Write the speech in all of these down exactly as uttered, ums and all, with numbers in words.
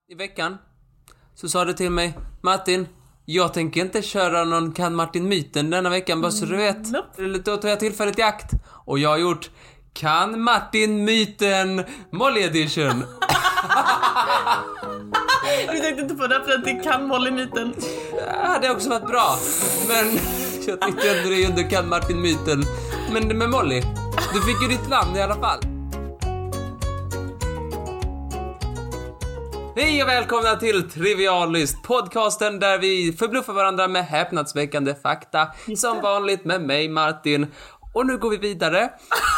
I veckan så sa du till mig, Martin, jag tänker inte köra någon Kan Martin-myten denna veckan, bara så du vet. Nope. Då tar jag tillfället i akt. Och jag har gjort Kan Martin-myten Molly Edition. Du tänkte inte på det för att det kan Molly-myten. Det hade också varit bra. Men jag tyckte ändå det är under Kan Martin-myten. Men med Molly, du fick ju ditt namn i alla fall. Hej och välkomna till Trivialist, podcasten där vi förbluffar varandra med häpnadsväckande fakta. Som vanligt med mig, Martin. Och nu går vi vidare.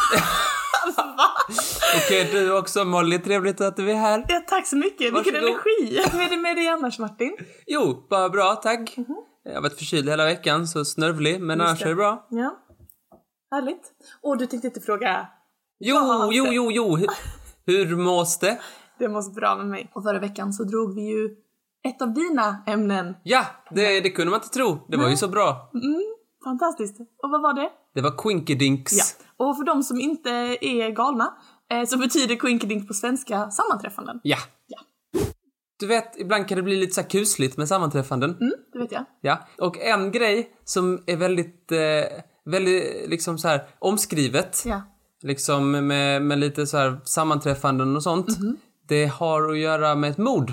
Okej, okay, du också, Molly. Trevligt att du är här. Ja, tack så mycket. Vilken energi. Hur är det med dig annars, Martin? Jo, bara bra, tack. Mm-hmm. Jag har varit förkyld hela veckan, så snörvlig. Men annars är det bra. Ja, härligt. Och du tänkte inte fråga... Jo, jo, jo, jo. Hur, hur mås det? Det måste bra med mig. Och förra veckan så drog vi ju ett av dina ämnen. Ja, det, det kunde man inte tro. Det var ju så bra. Mm, fantastiskt. Och vad var det? Det var Quinkydinks. Ja, och för de som inte är galna eh, så betyder Quinkydink på svenska sammanträffanden. Ja. Ja. Du vet, ibland kan det bli lite så här kusligt med sammanträffanden. Mm, det vet jag. Ja, och en grej som är väldigt, eh, väldigt liksom så här omskrivet. Ja. Liksom med, med lite så här sammanträffanden och sånt. Mm-hmm. Det har att göra med ett mord.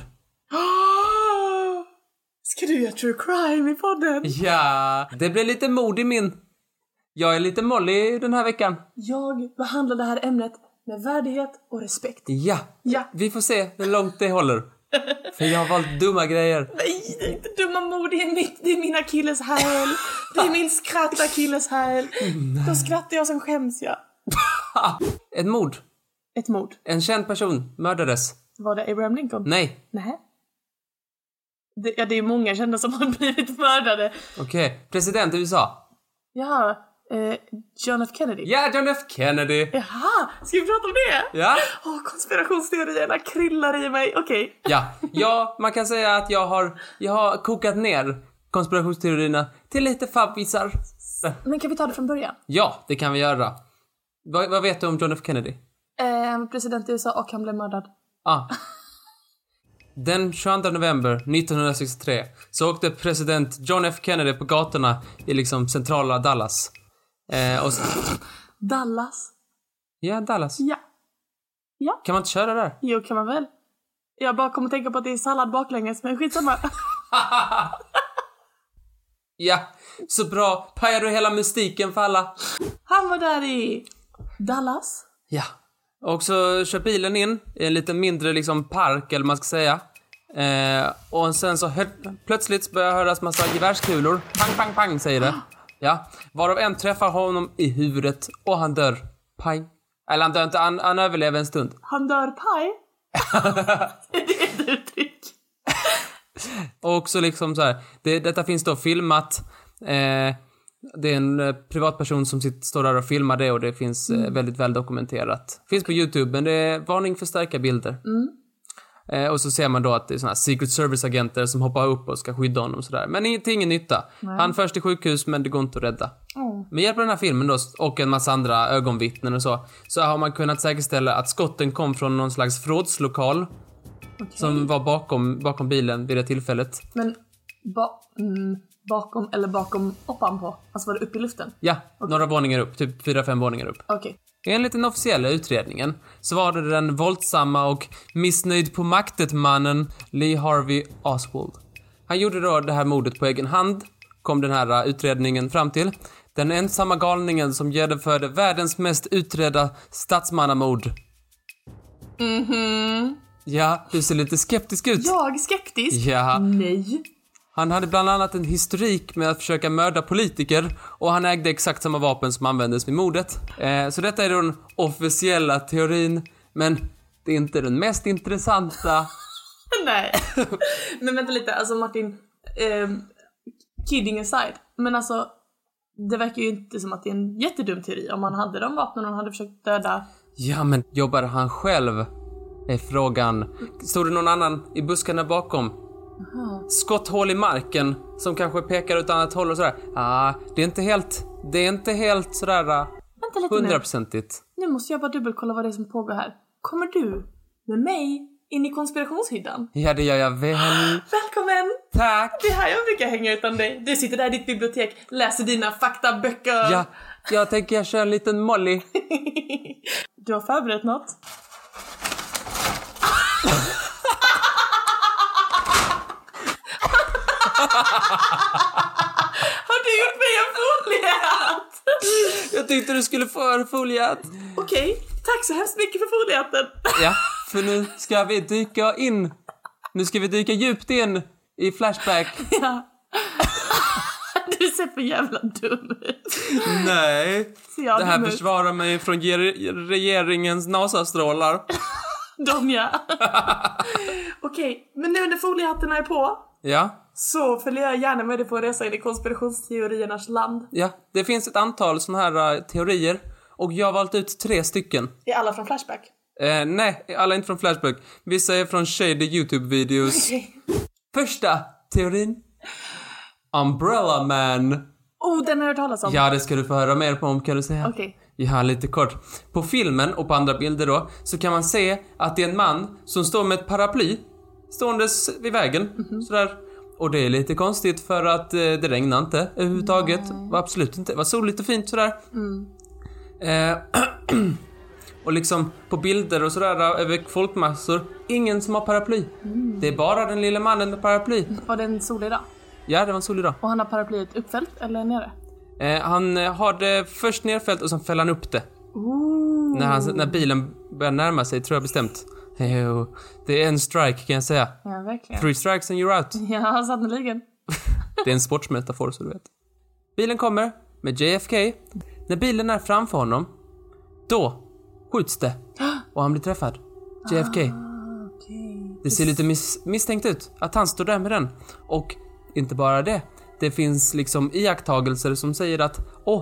Ska du göra true crime i podden? Ja, det blir lite mord i min. Jag är lite Molly den här veckan. Jag behandlar det här ämnet med värdighet och respekt. Ja, ja. Vi får se hur långt det håller. För jag har valt dumma grejer. Nej, det är inte dumma mord, det är, mitt, det är min akilleshäl. Det är min skratt akilleshäl. Då skrattar jag, sen skäms jag. Ett mord. Ett mord. En känd person mördades. Var det Abraham Lincoln? Nej. Nej. Det, ja, det är många kända som har blivit mördade. Okej, okay. President i U S A. Ja, eh, John F. Kennedy. Ja, John F. Kennedy. Jaha, ska vi prata om det? Ja. Åh, oh, konspirationsteorierna kryllar i mig. Okej. Okay. Ja, ja, man kan säga att jag har, jag har kokat ner konspirationsteorierna till lite fabbisar. Men kan vi ta det från början? Ja, det kan vi göra. Vad, vad vet du om John F. Kennedy? Eh, president i U S A och han blev mördad. Ah. Den tjugoandra november nittonhundrasextiotre så åkte president John F. Kennedy på gatorna i liksom centrala Dallas. Eh, och så... Dallas? Ja, Dallas. Ja. Ja. Kan man inte köra där? Jo, kan man väl. Jag bara kommer tänka på att det är sallad baklänges, men skitsamma. Ja, så bra. Pajar du hela mystiken för alla? Han var där i Dallas. Ja. Och så kör bilen in i en lite mindre liksom park, eller man ska säga. Eh, och sen så hör, plötsligt börjar höras massa gevärskulor. Pang, pang, pang, säger det. Ja. Varav en träffar honom i huvudet och han dör. Pang. Eller han dör inte, han, han överlever en stund. Han dör paj? Det är ett uttryck. Och så liksom så här. Det, detta finns då filmat. Eh, det är en eh, privatperson som sitter, står där och filmar det. Och det finns eh, väldigt väl dokumenterat. Finns på YouTube, men det är varning för starka bilder. Mm. Eh, och så ser man då att det är såna här Secret Service-agenter som hoppar upp och ska skydda honom och sådär. Men ingenting, ingen nytta. Nej. Han förs till sjukhus, men det går inte att rädda. Mm. Med hjälp av den här filmen då, och en massa andra ögonvittnen och så, så har man kunnat säkerställa att skotten kom från någon slags förrådslokal. Okay. Som var bakom, bakom bilen vid det tillfället. Men ba- mm, bakom eller bakom ovanpå? Alltså var det upp i luften? Ja, okay. Några våningar upp, typ fyra, fem våningar upp. Okej. Okay. Enligt den officiella utredningen så var det den våldsamma och missnöjd på maktet-mannen Lee Harvey Oswald. Han gjorde då det här mordet på egen hand, kom den här utredningen fram till. Den ensamma galningen som genomförde världens mest utredda statsmannamord. Mhm. Ja, du ser lite skeptisk ut. Jag skeptisk? Ja. Nej. Han hade bland annat en historik med att försöka mörda politiker och han ägde exakt samma vapen som användes vid mordet. Eh, så detta är den officiella teorin, men det är inte den mest intressanta. Nej. Men vänta lite, alltså Martin, eh, kidding aside, men alltså det verkar ju inte som att det är en jättedum teori om han hade de vapnen och han hade försökt döda. Ja, men jobbade han själv? Är frågan. Stod det någon annan i buskarna bakom? Aha. Skotthål i marken som kanske pekar åt annat håll och sådär. Ah, det är inte helt det är inte helt sådär hundraprocentigt. Nu. nu måste jag bara dubbelkolla vad det är som pågår här. Kommer du med mig in i konspirationshyddan. Ja, det gör jag väl. Välkommen! Tack! Det är här jag brukar hänga utan dig. Du sitter där i ditt bibliotek, läser dina faktaböcker. Ja, jag tänker jag kör en liten Molly. Du har förberett något? Har du gjort mig en foliat? Jag tyckte du skulle få en foliat. Okej, okay, tack så hemskt mycket för foliaten. Ja, för nu ska vi dyka in. Nu ska vi dyka djupt in i Flashback. Ja. Du ser för jävla dum ut. Nej, det här dum försvarar mig från ger- regeringens NASA-strålar. De ja. Okej, okay, men nu när foliehattarna är på. Ja. Så följer jag gärna med dig på en resa in i konspirationsteoriernas land. Ja, det finns ett antal såna här uh, teorier. Och jag har valt ut tre stycken. Är alla från Flashback? Eh, nej, alla är inte från Flashback. Vissa är från shady YouTube-videos. Okay. Första teorin. Umbrella Man. Oh, den har jag hört talas om. Ja, det ska du få höra mer på om, kan du säga. Okej. Okay. Ja, lite kort. På filmen och på andra bilder då, så kan man se att det är en man som står med ett paraply ståendes vid vägen. Mm-hmm. Sådär. Och det är lite konstigt för att eh, det regnar inte överhuvudtaget. Nej. Var absolut inte. Det var soligt och fint sådär. Mm. Eh, och liksom på bilder och sådär över folkmassor, ingen som har paraply. Mm. Det är bara den lilla mannen med paraply. Var det en solig dag? Ja, det var en solig dag. Och han har paraplyet uppfällt eller nere? Eh, han har det först nerfällt och sen fäller han upp det. Ooh. När, han, när bilen börjar närma sig, tror jag bestämt. Jo, det är en strike kan jag säga. Ja, verkligen. Three strikes and you're out. Ja, sannoliken. Det är en sportsmetafor så du vet. Bilen kommer med J F K. När bilen är framför honom, då skjuts det. Och han blir träffad. J F K. Ah, okay. Det ser lite mis- misstänkt ut att han står där med den. Och inte bara det. Det finns liksom iakttagelser som säger att åh,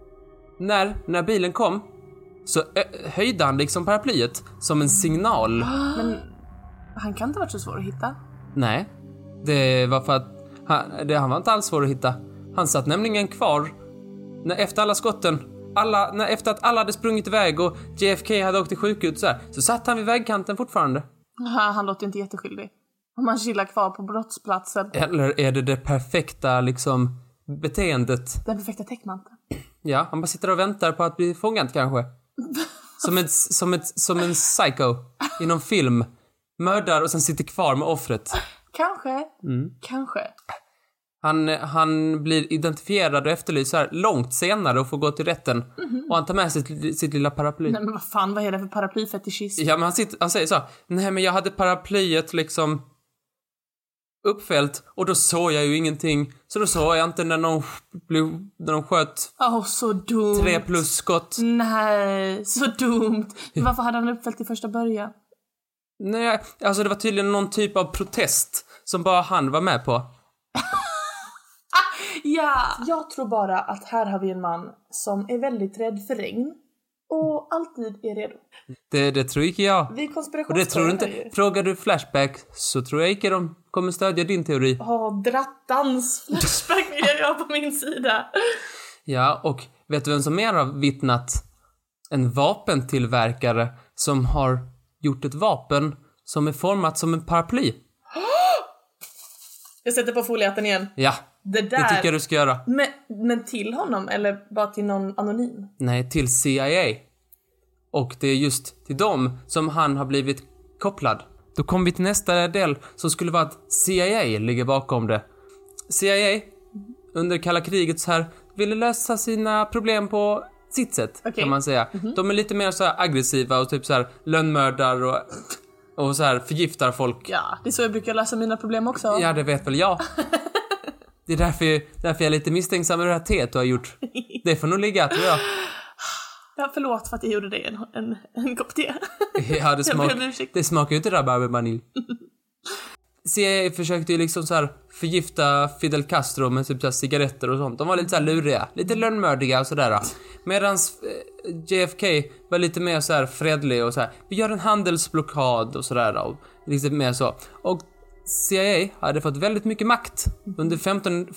när, när bilen kom så ö- höjde han liksom paraplyet som en signal. Men han kan inte vara så svår att hitta. Nej, det var för att han, det, han var inte alls svår att hitta. Han satt nämligen kvar när, efter alla skotten, alla, när, efter att alla hade sprungit iväg och J F K hade åkt till sjukhus så, här, så satt han vid vägkanten fortfarande. Aha, han låter inte jätteskyldig. Om man chillar kvar på brottsplatsen. Eller är det det perfekta liksom beteendet? Den perfekta täckmanteln. Ja, han bara sitter och väntar på att bli fångad kanske. Som, ett, som, ett, som en psycho i någon film. Mördar och sen sitter kvar med offret. Kanske, mm. kanske. Han, han blir identifierad och efterlyst så här långt senare och får gå till rätten. Mm-hmm. Och han tar med sitt, sitt lilla paraply. Nej men vad fan, vad är det för paraplyfetischism? Ja men han, sitter, han säger så. Nej men jag hade paraplyet liksom uppfällt och då såg jag ju ingenting. Så då såg jag inte när någon, när de sköt oh, så dumt. tre plus skott. Nej, så dumt. Varför hade han uppfällt i första början? Nej, alltså det var tydligen någon typ av protest som bara han var med på. Ja, jag tror bara att här har vi en man som är väldigt rädd för regn och alltid är redo. Det, det tror inte jag. Vi och det tror inte. Ju. Frågar du Flashback så tror jag inte de kommer stödja din teori. Ja, oh, drattans Flashback är jag på min sida. Ja, och vet du vem som mer har vittnat? En vapentillverkare som har gjort ett vapen som är format som en paraply. Jag sätter på foliehatten igen. Ja, det, där... det tycker jag du ska göra. Men, men till honom eller bara till någon anonym? Nej, till C I A. Och det är just till dem som han har blivit kopplad. Då kommer vi till nästa del som skulle vara att C I A ligger bakom det. C I A under kalla kriget så här ville lösa sina problem på sitt sätt, okay. Kan man säga. Mm-hmm. De är lite mer så här aggressiva och typ så här lönnmördar och, och så här förgiftar folk. Ja, det är så jag brukar lösa mina problem också. Ja, det vet väl jag. Det är därför, därför jag är lite misstänksam med det här teet du har gjort. Det får nog ligga, tror jag. Ja, förlåt för att jag gjorde det en, en, en kopp te. Ja, det, smak, det smakar ju inte rabarbervanilj. C I A försökte ju liksom så här förgifta Fidel Castro med typ så här cigaretter och sånt. De var lite så här luriga, lite lönnmördiga och sådär. Medans J F K var lite mer så här fredlig och så här. Vi gör en handelsblockad och sådär och lite mer så. Och C I A hade fått väldigt mycket makt under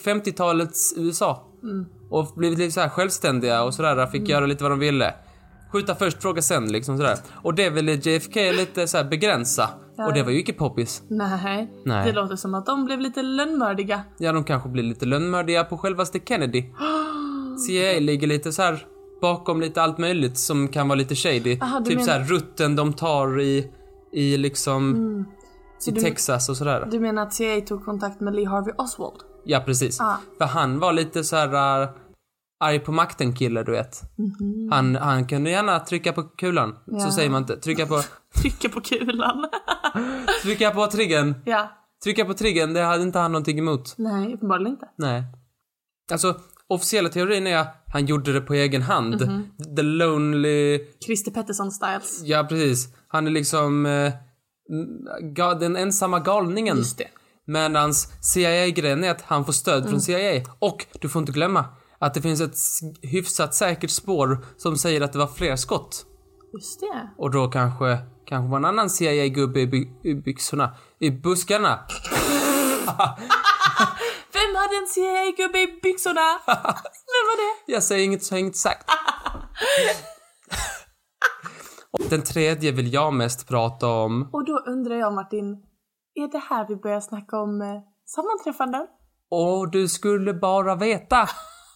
femtiotalets U S A. Mm. Och blivit lite så här självständiga och sådär, fick mm. göra lite vad de ville. Skjuta först, fråga sen liksom sådär. Och det ville J F K lite så här begränsa. Ja. Och det var ju inte poppis. Nej. Nej, det låter som att de blev lite lönnmördiga. Ja, de kanske blir lite lönnmördiga på självaste Kennedy. C I A ligger lite så här bakom lite allt möjligt som kan vara lite shady. Aha, typ men... så här rutten de tar i, i liksom mm. i du, Texas och sådär. Du menar att C I A tog kontakt med Lee Harvey Oswald? Ja, precis. Ah. För han var lite så här uh, arg på makten kille, du vet. Mm-hmm. Han, han kunde gärna trycka på kulan. Ja. Så säger man inte. Trycka på... trycka på kulan. Trycka på triggern. Ja. Trycka på triggern, det hade inte han någonting emot. Nej, uppenbarligen inte. Nej. Alltså, officiella teorin är att han gjorde det på egen hand. Mm-hmm. The lonely... Christer Pettersson-styles. Ja, precis. Han är liksom eh, ga- den ensamma galningen. Just det. Medans C I A-grejen är att han får stöd mm. från C I A. Och du får inte glömma att det finns ett hyfsat säkert spår som säger att det var fler skott. Just det. Och då kanske, kanske var en annan C I A-gubbe i, by- i byxorna. I buskarna. Vem hade en C I A-gubbe i byxorna? Vem var det? Jag säger inget så har jag inget sagt. Den tredje vill jag mest prata om. Och då undrar jag, Martin, är det här vi börjar snacka om eh, sammanträffanden? Åh, du skulle bara veta.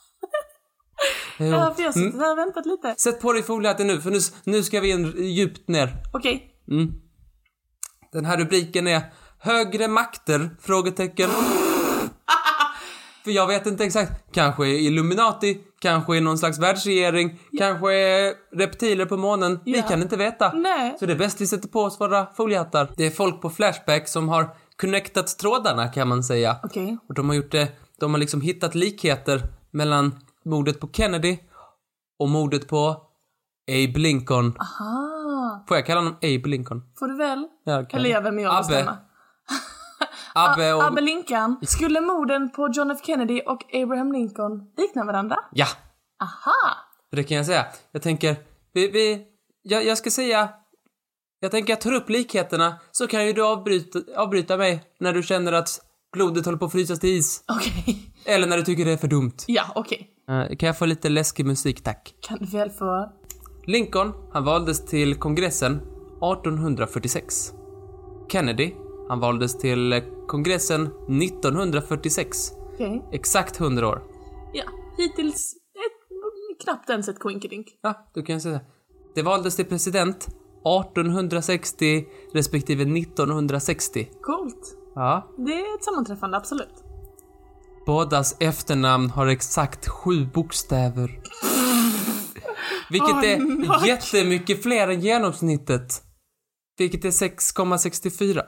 Ja, för jag sitter mm. där och väntat lite. Sätt på dig foliehatten nu, för nu, nu ska vi in djupt ner. Okej. Okay. Mm. Den här rubriken är högre makter, frågetecken. För jag vet inte exakt. Kanske är Illuminati, kanske är någon slags världsregering, ja. Kanske är reptiler på månen. Ja. Vi kan inte veta. Nej. Så det är bäst vi sätter på oss våra foliehattar. Det är folk på Flashback som har connectat trådarna, kan man säga. Okej. Okay. Och de har gjort det, de har liksom hittat likheter mellan mordet på Kennedy och mordet på Abe Lincoln. Aha. Får jag kalla honom Abe Lincoln? Får du väl? Ja, okay. Eller jag vem jag bestämma. Abbe och... Abbe Lincoln. Skulle morden på John F. Kennedy och Abraham Lincoln likna varandra? Ja. Aha. Det kan jag säga. Jag tänker, vi, vi, jag, jag ska säga, jag tänker jag tar upp likheterna så kan ju du avbryta, avbryta mig när du känner att blodet håller på att frysas till is. Okej. Okay. Eller när du tycker det är för dumt. Ja, okej. Okay. Uh, kan jag få lite läskig musik, tack? Kan du väl få... Lincoln, han valdes till kongressen arton fyrtiosex. Kennedy, han valdes till kongressen nitton fyrtiosex. Okej. Okay. Exakt hundra år. Ja, hittills ett, knappt ens ett quinkydink. Ja, du kan säga. Det valdes till president arton sextio respektive nitton sextio. Coolt. Ja. Det är ett sammanträffande, absolut. Bådas efternamn har exakt sju bokstäver. Vilket oh, är no. jättemycket fler än genomsnittet. Vilket är sex komma sextiofyra.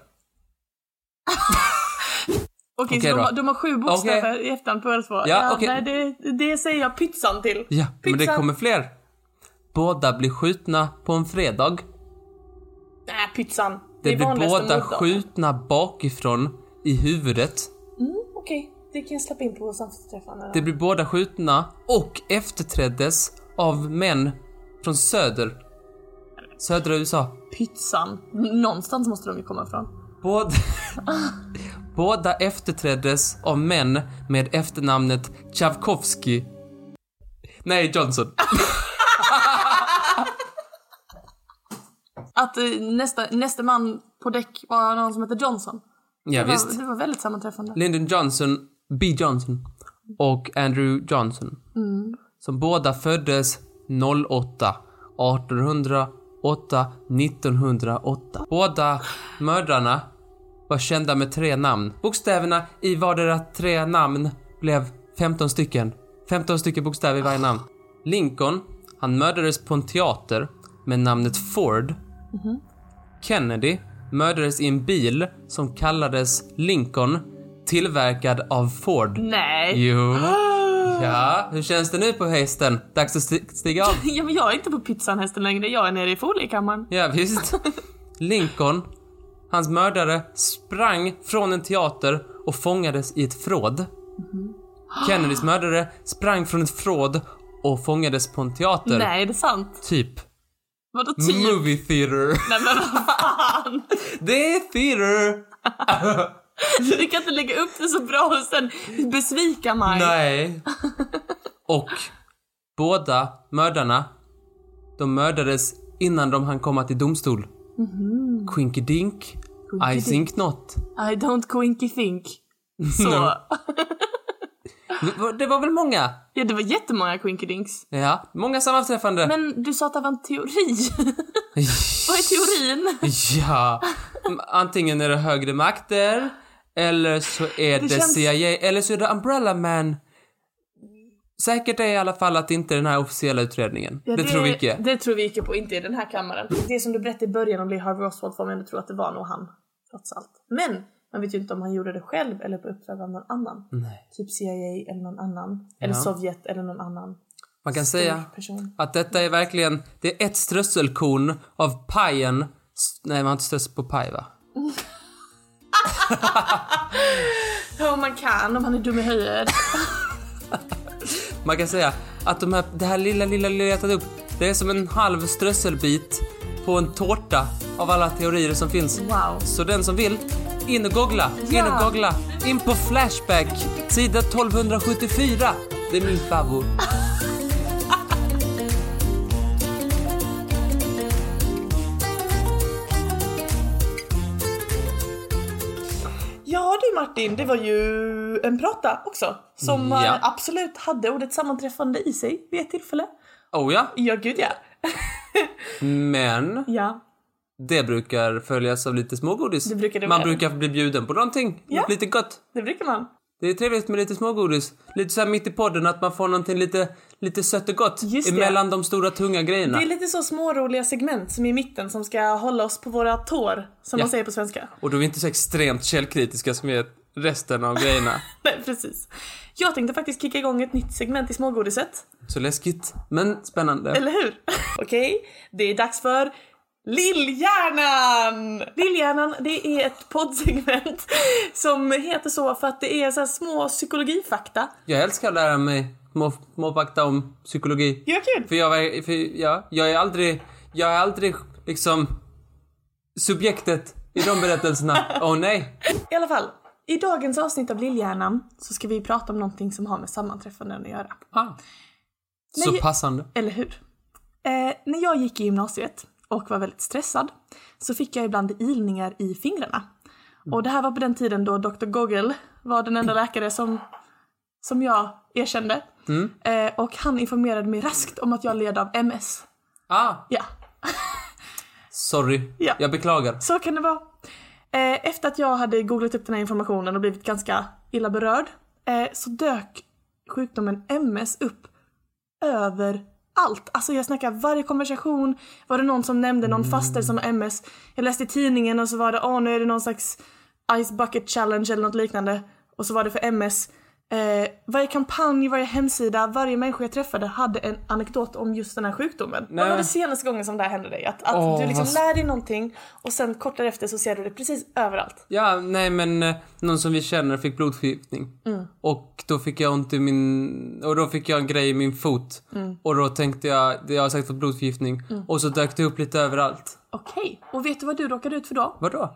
Okej, okay, så de har, de har sju bokstäver okay. i efternamn på två. Ja, ja okay. nej, det, det säger jag pytsan till. Ja, pytsan. Men det kommer fler. Båda blir skjutna på en fredag. Nej, pytsan. Det, det blir båda motdagen. Skjutna bakifrån i huvudet. Mm, okej. Okay. Det kan jag släppa in på samträffande. Det blir båda skjutna och efterträddes av män från söder. Södra U S A. Pytsan. Någonstans måste de ju komma ifrån. Båda, båda efterträddes av män med efternamnet Tchaikovsky. Nej, Johnson. Att uh, nästa, nästa man på däck var någon som heter Johnson. Ja, det, visst. Var, det var väldigt sammanträffande. Lyndon Johnson, B. Johnson och Andrew Johnson. Mm. Som båda föddes noll åtta, artonhundraåtta, nittonhundraåtta. Båda mördarna var kända med tre namn. Bokstäverna i vardera tre namn blev femton stycken. femton stycken bokstäver i varje namn. Lincoln, han mördades på en teater med namnet Ford. Mm-hmm. Kennedy mördades i en bil som kallades Lincoln, tillverkad av Ford. Nej. Jo. Ja, hur känns det nu på hästen? Dags att st- stiga av. Ja, men jag är inte på pizzan hästen längre. Jag är nere i foliekammaren. Ja, visst. Lincoln, hans mördare, sprang från en teater och fångades i ett förråd. Mm-hmm. Kennedys mördare sprang från ett förråd och fångades på en teater. Nej, det är sant. Typ. Vadå typ? Movie theater. Nej, men vad fan? Det är theater. Du kan inte lägga upp det så bra och sen besvika mig. Nej. Och båda mördarna de mördades innan de hann komma till domstol. Mm-hmm. Quinky Dink, Quinky I think not. I don't quinky think. Så. No. Det var väl många? Ja, det var jättemånga Quinky Dinks. Ja, många sammanträffande. Men du sa att det var en teori. Vad är teorin? Ja, antingen är det högre makter, eller så är det, det känns... C I A, eller så är det Umbrella Man. Säkert är i alla fall att det inte är den här officiella utredningen. Ja, det, det tror vi inte. Det tror vi inte på, inte i den här kammaren. Det som du berättade i början om Lee Harvey Oswald får man ändå tro att det var nog han, trots allt. Men man vet ju inte om han gjorde det själv eller på uppdrag av någon annan. Nej. Typ C I A eller någon annan. Eller ja. Sovjet eller någon annan. Man kan säga person. Att detta är verkligen, det är ett strösselkorn av pajen. Nej, man har inte strössel på paj, va? Ja, man kan om man är dum i huvudet. Man kan säga att de här, det här lilla, lilla, lilla jag tagit upp, det är som en halv strösselbit på en tårta av alla teorier som finns. Wow. Så den som vill, in och googla, in och googla. In på Flashback, sida tolv sjuttiofyra. Det är min favorit. Ja du Martin, det var ju en prata också. Som ja. absolut hade ordet sammanträffande i sig vid ett tillfälle. Oh ja? Ja, gud ja. Men... Ja. Det brukar följas av lite smågodis. Det brukar det man vara. brukar bli bjuden på någonting. Ja. Lite gott. Det brukar man. Det är trevligt med lite smågodis. Lite så här mitt i podden att man får någonting lite, lite sött och gott. Emellan de stora tunga grejerna. Det är lite så småroliga segment som är i mitten som ska hålla oss på våra tår. Som ja. man säger på svenska. Och då är vi inte så extremt källkritiska som är resten av grejerna. Nej, precis. Jag tänkte faktiskt kicka igång ett nytt segment i smågodiset. Så läskigt, men spännande. Eller hur? Okej, okay. Det är dags för... Lillhjärnan! Lillhjärnan, det är ett poddsegment som heter så för att det är så här små psykologifakta. Jag älskar att lära mig små, små fakta om psykologi. Ja, kul. För jag, för ja, jag är aldrig, jag är aldrig liksom subjektet i de berättelserna. Åh oh, nej. I alla fall, i dagens avsnitt av Lillhjärnan så ska vi prata om någonting som har med sammanträffanden att göra. Ah. Så jag, passande. Eller hur? Eh, när jag gick i gymnasiet och var väldigt stressad så fick jag ibland ilningar i fingrarna. Mm. Och det här var på den tiden då doktor Google var den enda läkare som, som jag erkände. Mm. Eh, och han informerade mig raskt om att jag led av M S. Ah. Ja. Sorry, ja. Jag beklagar. Så kan det vara. Eh, efter att jag hade googlat upp den här informationen och blivit ganska illa berörd eh, så dök sjukdomen M S upp över allt. Alltså jag snackar varje konversation. Var det någon som nämnde någon faster som har M S? Jag läste i tidningen och så var det, åh nu är det någon slags Ice Bucket Challenge eller något liknande. Och så var det för M S. Eh, varje kampanj, varje hemsida, varje människa jag träffade hade en anekdot om just den här sjukdomen. Nej. Vad var det senaste gången som det här hände dig? Att, att oh, du liksom vad... lär dig någonting och sen kort därefter så ser du det precis överallt. Ja, nej men eh, någon som vi känner fick blodförgiftning. Mm. Och då fick jag ont i min... Och då fick jag en grej i min fot. Mm. Och då tänkte jag, jag har sagt fått blodförgiftning. Mm. Och så dök det upp lite överallt. Okej, okay. Och vet du vad du råkade ut för då? Vadå?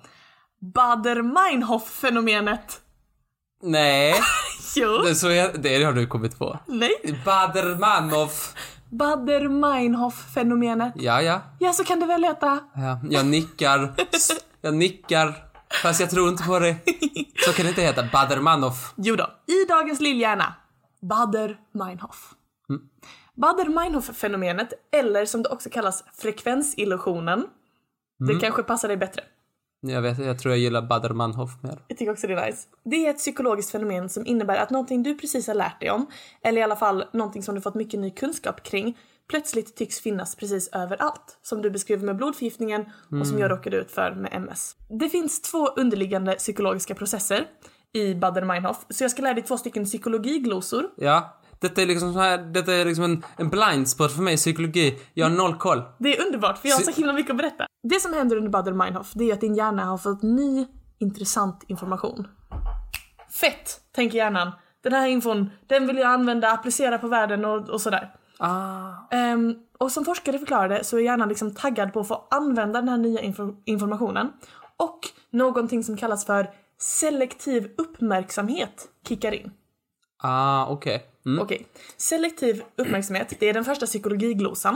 Baader-Meinhof-fenomenet. Nej. Jo. Det, så är, det har du kommit på. Nej. Baader-Meinhof. Baader-Meinhof-fenomenet. Ja, ja. Ja, så kan det väl heta. Ja, jag nickar. Jag nickar. Fast jag tror inte på det. Så kan det inte heta. Baader-Meinhof. Jo då. I dagens Lillhjärna. Baader-Meinhof. Mm. Baader-Meinhof-fenomenet, eller som det också kallas frekvensillusionen. Mm. Det kanske passar dig bättre. Jag vet, jag tror jag gillar Baader-Meinhof mer. Jag tycker också det är nice. Det är ett psykologiskt fenomen som innebär att någonting du precis har lärt dig om, eller i alla fall någonting som du fått mycket ny kunskap kring, plötsligt tycks finnas precis överallt. Som du beskriver med blodförgiftningen mm. och som jag råkade ut för med M S. Det finns två underliggande psykologiska processer i Baader-Meinhof, så jag ska lära dig två stycken psykologiglosor. Ja. Detta är liksom så här, detta är liksom en, en blind spot för mig i psykologi. Jag har noll koll. Det är underbart för jag har så himla mycket att berätta. Det som händer under Baader-Meinhof, det är att din hjärna har fått ny intressant information. Fett, tänker hjärnan. Den här infon, den vill jag använda, applicera på världen och, och sådär. Ah. Um, och som forskare förklarade så är hjärnan liksom taggad på att få använda den här nya info- informationen. Och någonting som kallas för selektiv uppmärksamhet kickar in. Ah, okej. Okay. Mm. Okej. Okay. Selektiv uppmärksamhet, det är den första psykologiglosan.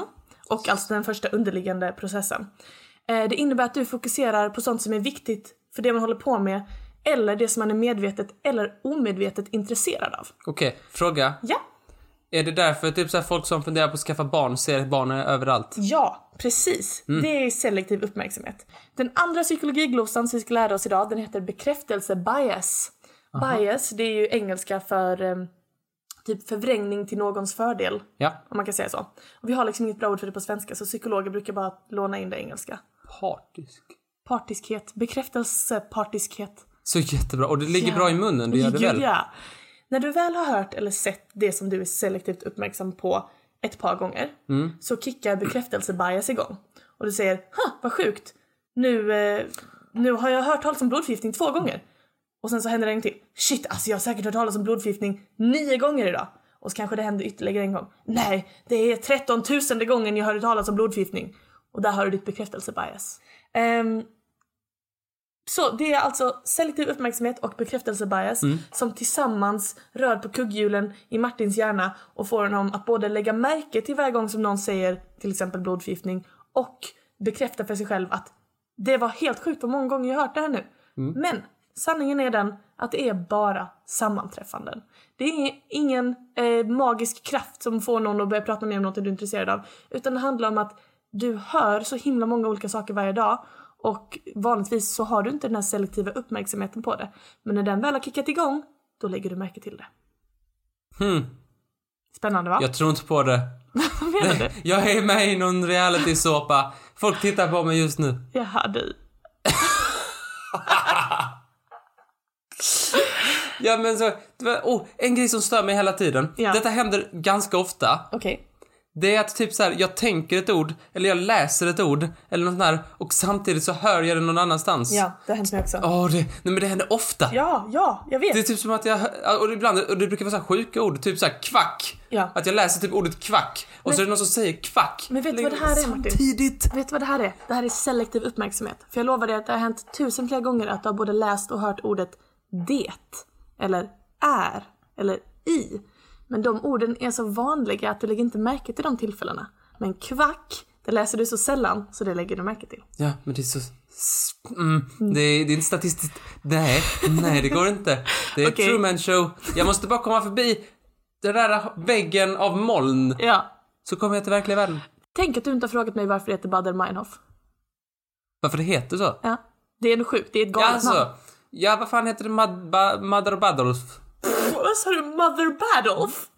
Och alltså den första underliggande processen. Det innebär att du fokuserar på sånt som är viktigt för det man håller på med. Eller det som man är medvetet eller omedvetet intresserad av. Okej, okay, fråga. Ja. Är det därför typ så här, folk som funderar på att skaffa barn ser barnen överallt? Ja, precis. Mm. Det är selektiv uppmärksamhet. Den andra psykologiglosan som vi ska lära oss idag, den heter bekräftelse-bias. Aha. Bias, det är ju engelska för um, typ förvrängning till någons fördel. Ja. Om man kan säga så. Och vi har liksom inget bra ord för det på svenska, så psykologer brukar bara låna in det engelska. Partisk. Partiskhet. Bekräftelsepartiskhet. Så jättebra. Och det ligger ja. bra i munnen, det gör det väl? Ja. När du väl har hört eller sett det som du är selektivt uppmärksam på ett par gånger mm. så kickar bekräftelsebias igång. Och du säger, ha, vad sjukt. Nu, eh, nu har jag hört talas om blodförgiftning två gånger. Och sen så händer det en till. Shit, alltså jag har säkert hört talas om blodförgiftning nio gånger idag. Och så kanske det händer ytterligare en gång. Nej, det är tretton tusende gången jag hörde talas om blodförgiftning. Och där har du ditt bekräftelsebias. Um, Så det är alltså selektiv uppmärksamhet och bekräftelsebias mm. som tillsammans rör på kugghjulen i Martins hjärna och får honom att både lägga märke till varje gång som någon säger till exempel blodförgiftning och bekräfta för sig själv att det var helt sjukt vad många gånger jag har hört det här nu. Mm. Men sanningen är den att det är bara sammanträffanden. Det är ingen eh, magisk kraft som får någon att börja prata mer om något du är intresserad av, utan det handlar om att du hör så himla många olika saker varje dag. Och vanligtvis så har du inte den här selektiva uppmärksamheten på det. Men när den väl har kickat igång, då lägger du märke till det. Hmm. Spännande, va? Jag tror inte på det. Vad menar du? Jag är med i någon reality-såpa. Folk tittar på mig just nu. Jaha, du. Ja, men så... Oh, en grej som stör mig hela tiden. Ja. Detta händer ganska ofta. Okej. Okay. Det är att typ så här, jag tänker ett ord eller jag läser ett ord eller något där och samtidigt så hör jag det någon annanstans. Ja, det händer mig också. Åh, oh, det, nej men det händer ofta. Ja, ja, jag vet. Det är typ som att jag och ibland och det brukar vara så här sjuka ord, typ så här kvack. Ja. Att jag läser typ ordet kvack och men, så är det någon som säger kvack. Men vet du vad det här är, Martin? Samtidigt. Vet du vad det här är? Det här är selektiv uppmärksamhet. För jag lovar dig att det har hänt tusen fler gånger att du har både läst och hört ordet det eller är eller i. Men de orden är så vanliga att du lägger inte märke till de tillfällena. Men kvack, det läser du så sällan så det lägger du märke till. Ja, men det är så... Mm, det, är, det är inte statistiskt... Nej, nej det går inte. Det är okay. Truman Show. Jag måste bara komma förbi den där väggen av moln. Ja. Så kommer jag till verkliga världen. Tänk att du inte har frågat mig varför det heter Baader-Meinhof. Varför det heter så? Ja, det är nog sjukt. Det är ett galet ja, alltså, namn. Ja, vad fan heter det? Mad, ba, Mother Badolf? Vad sa du? Mother Badolf?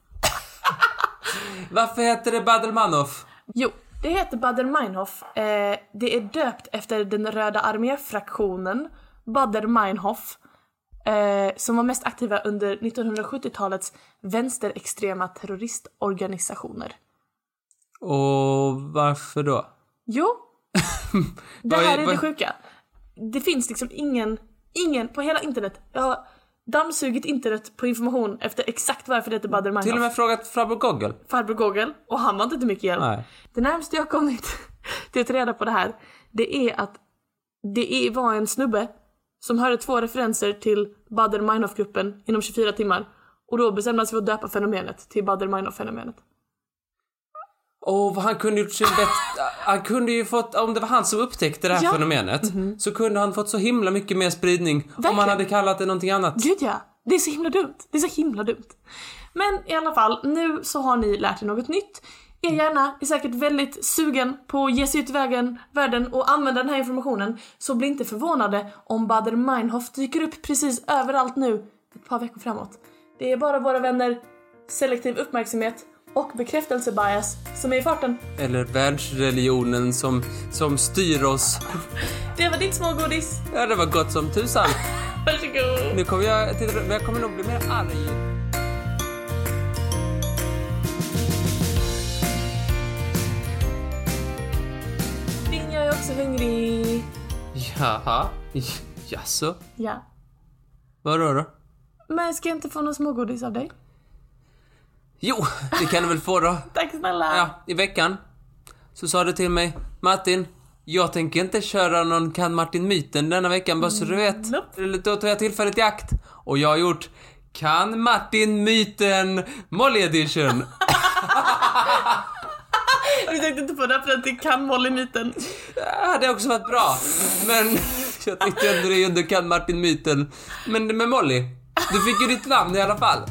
Varför heter det Baader-Meinhof? Jo, det heter Baader-Meinhof. Eh, det är döpt efter den röda arméfraktionen Baader-Meinhof. Eh, som var mest aktiva under nittonhundrasjuttiotalets vänsterextrema terroristorganisationer. Och varför då? Jo, det här är det sjuka. Det finns liksom ingen, ingen på hela internet. Jag har dammsugit internet på information efter exakt varför det heter Baader-Meinhof. Till och med frågat farbror Google. Farbror Google, och han har inte mycket hjälp. Nej. Det närmaste jag kommit till att ta reda på det här, det är att det var en snubbe som hörde två referenser till Baader-Meinhof-gruppen inom tjugofyra timmar. Och då bestämde man sig för att döpa fenomenet till Baader-Meinhof-fenomenet. Och han kunde ju han kunde ju fått, om det var han som upptäckte det här ja. fenomenet, mm-hmm. så kunde han fått så himla mycket mer spridning. Verkligen. Om han hade kallat det någonting annat. Gud ja, det är så himla dumt. Det är så himla dumt. Men i alla fall, nu så har ni lärt er något nytt. Er hjärna är säkert väldigt sugen på att ge sig ut i vägen, världen och använda den här informationen. Så bli inte förvånade om Baader-Meinhof dyker upp precis överallt nu ett par veckor framåt. Det är bara våra vänner, selektiv uppmärksamhet och bekräftelsebias som är i farten. Eller världsreligionen som, som styr oss. Det var ditt smågodis. Ja, det var gott som tusan. Varsågod. Nu kommer jag till, men jag kommer nog bli mer arg. Din, jag är också hungrig. Jaha, jaså? Ja. Vadå då? Men ska jag inte få någon smågodis av dig? Jo, det kan du väl få då. Tack snälla. Ja, i veckan så sa du till mig, Martin, jag tänker inte köra någon Kan Martin-myten denna veckan, bara så du vet. Nope. Då tar jag tillfället i akt. Och jag har gjort Kan Martin-myten Molly Edition. Vi tänkte inte på det för att det kan Molly-myten. Det hade också varit bra. Men jag tyckte ändå det underkant Martin-myten. Men med Molly, du fick ju ditt namn i alla fall.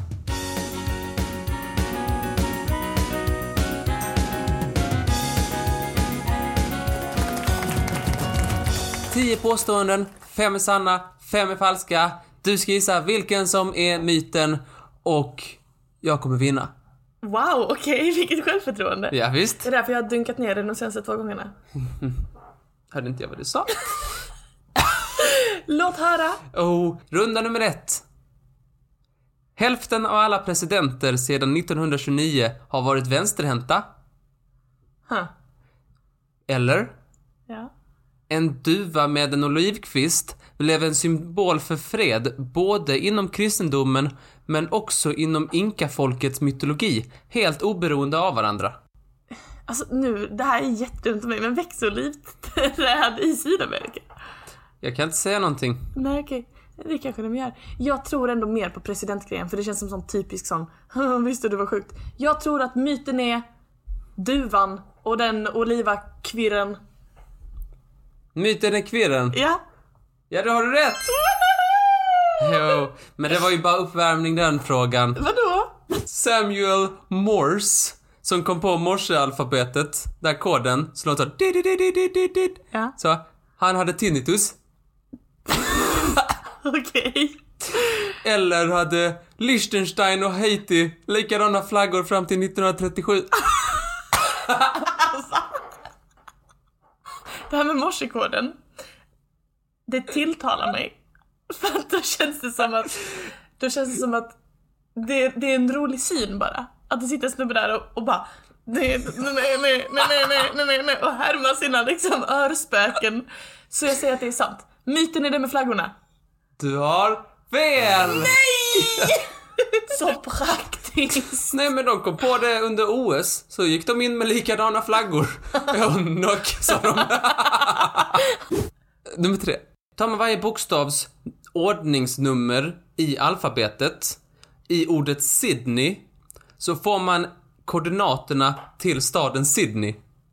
Tio påståenden, fem är sanna, fem är falska. Du ska gissa vilken som är myten och jag kommer vinna. Wow, okej, okay. Vilket självförtroende. Ja, visst. Det är därför jag har dunkat ner den de senaste två gångerna. Hörde inte jag vad du sa? Låt höra. Oh, runda nummer ett. Hälften av alla presidenter sedan nittonhundratjugonio har varit vänsterhänta. Huh. Eller? Ja. En duva med en olivkvist blev en symbol för fred både inom kristendomen men också inom inkafolkets mytologi, helt oberoende av varandra. Alltså nu, det här är jättedumt för mig, men växolivträd i Sydamerika. Jag kan inte säga någonting. Nej, okej. Det kanske de gör. Jag tror ändå mer på presidentgrejen, för det känns som sån typisk sån, visste du var sjukt. Jag tror att myten är duvan och den olivakvirren. Myten är kvirren? Ja. Ja, då har du rätt. Jo, men det var ju bara uppvärmning den frågan. Vadå? Samuel Morse, som kom på morsealfabetet, där koden så låter ja. Så han hade tinnitus. Okej. Okay. Eller hade Liechtenstein och Haiti likadana flaggor fram till nittonhundratrettiosju. Alltså. Det här med morsekoden, det tilltalar mig. För att då känns det som att Då känns det som att Det, det är en rolig syn bara. Att det sitter en snubbe där och, och bara nej, nej, nej, nej, nej, nej, nej, nej, och härmar sina liksom örspöken. Så jag säger att det är sant. Myten är det med flaggorna. Du har fel! Nej! Så praktiskt. Nej, men de kom på det under O S. Så gick de in med likadana flaggor. Och knock, sa de. Nummer tre. Tar man varje bokstavs ordningsnummer i alfabetet i ordet Sydney, så får man koordinaterna till staden Sydney.